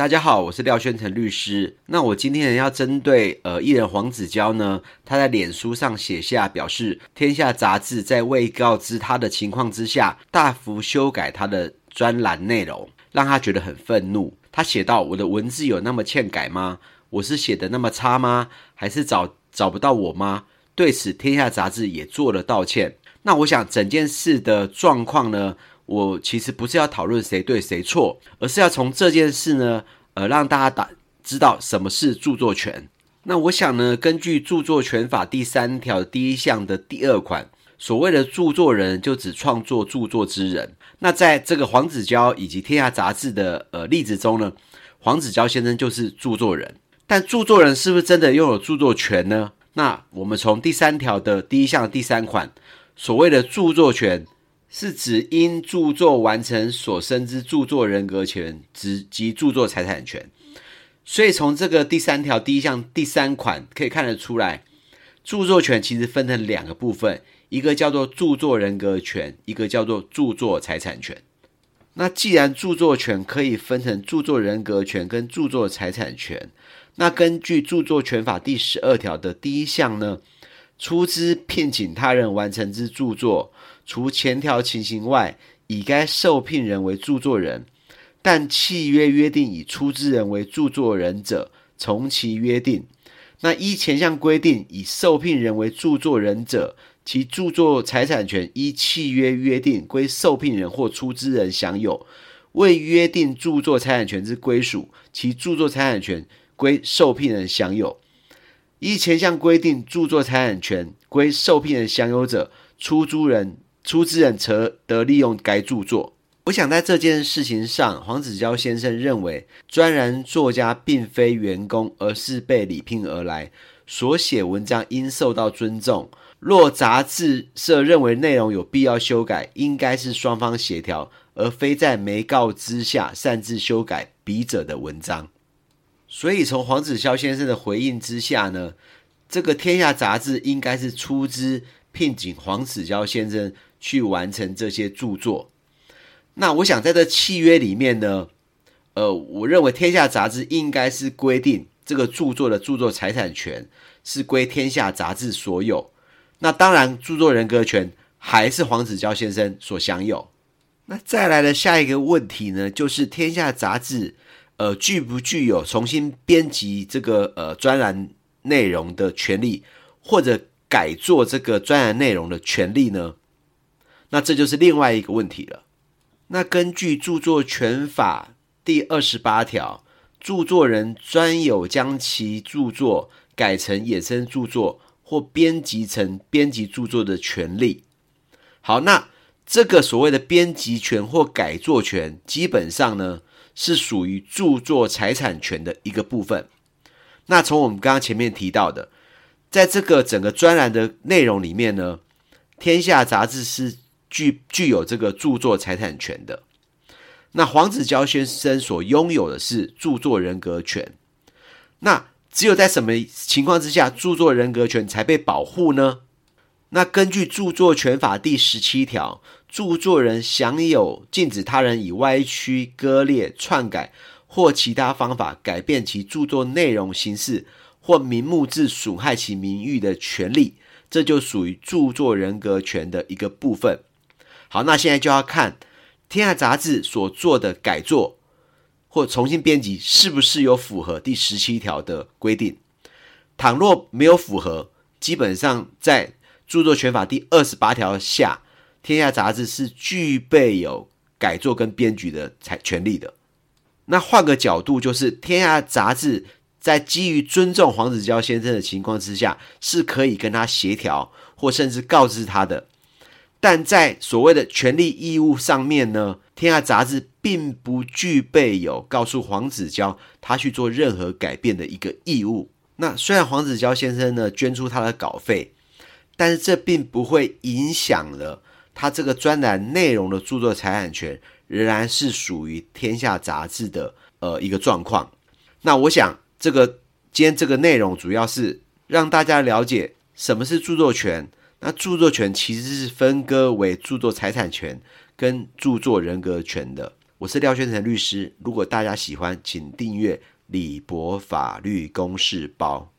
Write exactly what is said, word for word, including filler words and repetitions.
大家好，我是廖宣成律师。那我今天要针对呃艺人黄子佼呢，他在脸书上写下表示，天下杂志在未告知他的情况之下，大幅修改他的专栏内容，让他觉得很愤怒。他写道：我的文字有那么欠改吗？我是写的那么差吗？还是找找不到我吗？对此，天下杂志也做了道歉。那我想整件事的状况呢，我其实不是要讨论谁对谁错，而是要从这件事呢，呃，让大家打知道什么是著作权。那我想呢，根据著作权法第三条第一项的第二款，所谓的著作人就指创作著作之人。那在这个黄子佼以及天下杂志的呃例子中呢，黄子佼先生就是著作人。但著作人是不是真的拥有著作权呢？那我们从第三条的第一项的第三款，所谓的著作权是指因著作完成所生之著作人格权及著作财产权。所以从这个第三条第一项第三款可以看得出来，著作权其实分成两个部分，一个叫做著作人格权，一个叫做著作财产权。那既然著作权可以分成著作人格权跟著作财产权，那根据著作权法第十二条的第一项呢，出资聘请他人完成之著作，除前条情形外，以该受聘人为著作人，但契约约定以出资人为著作人者，从其约定。那依前项规定，以受聘人为著作人者，其著作财产权依契约约定归受聘人或出资人享有，未约定著作财产权之归属，其著作财产权归受聘人享有。依前项规定，著作财产权归受聘人享有者，出租人、出资人则得利用该著作。我想在这件事情上，黄子佼先生认为，专栏作家并非员工，而是被礼聘而来，所写文章应受到尊重。若杂志社认为内容有必要修改，应该是双方协调，而非在没告知下擅自修改笔者的文章。所以从黄子佼先生的回应之下呢，这个天下杂志应该是出资聘请黄子佼先生去完成这些著作。那我想在这契约里面呢，呃，我认为天下杂志应该是规定这个著作的著作财产权是归天下杂志所有，那当然著作人格权还是黄子佼先生所享有。那再来的下一个问题呢，就是天下杂志呃，具不具有重新编辑这个呃专栏内容的权利，或者改作这个专栏内容的权利呢？那这就是另外一个问题了。那根据著作权法第二十八条，著作人专有将其著作改成衍生著作或编辑成编辑著作的权利。好，那这个所谓的编辑权或改作权，基本上呢是属于著作财产权的一个部分。那从我们刚刚前面提到的，在这个整个专栏的内容里面呢，天下杂志是具具有这个著作财产权的。那黄子佼先生所拥有的是著作人格权。那只有在什么情况之下著作人格权才被保护呢？那根据著作权法第十七条，著作人享有禁止他人以歪曲、割裂、篡改或其他方法改变其著作内容形式或名目致损害其名誉的权利，这就属于著作人格权的一个部分。好，那现在就要看天下杂志所做的改作或重新编辑是不是有符合第十七条的规定。倘若没有符合，基本上在著作权法第二十八条下，天下杂志是具备有改作跟编辑的权利的。那换个角度，就是天下杂志在基于尊重黄子佼先生的情况之下，是可以跟他协调或甚至告知他的。但在所谓的权利义务上面呢，天下杂志并不具备有告诉黄子佼他去做任何改变的一个义务。那虽然黄子佼先生呢捐出他的稿费，但是这并不会影响了他这个专栏内容的著作财产权，仍然是属于天下杂志的呃一个状况。那我想这个今天这个内容主要是让大家了解什么是著作权。那著作权其实是分割为著作财产权跟著作人格权的。 我是廖宣成律师，如果大家喜欢，请订阅李博法律公事包。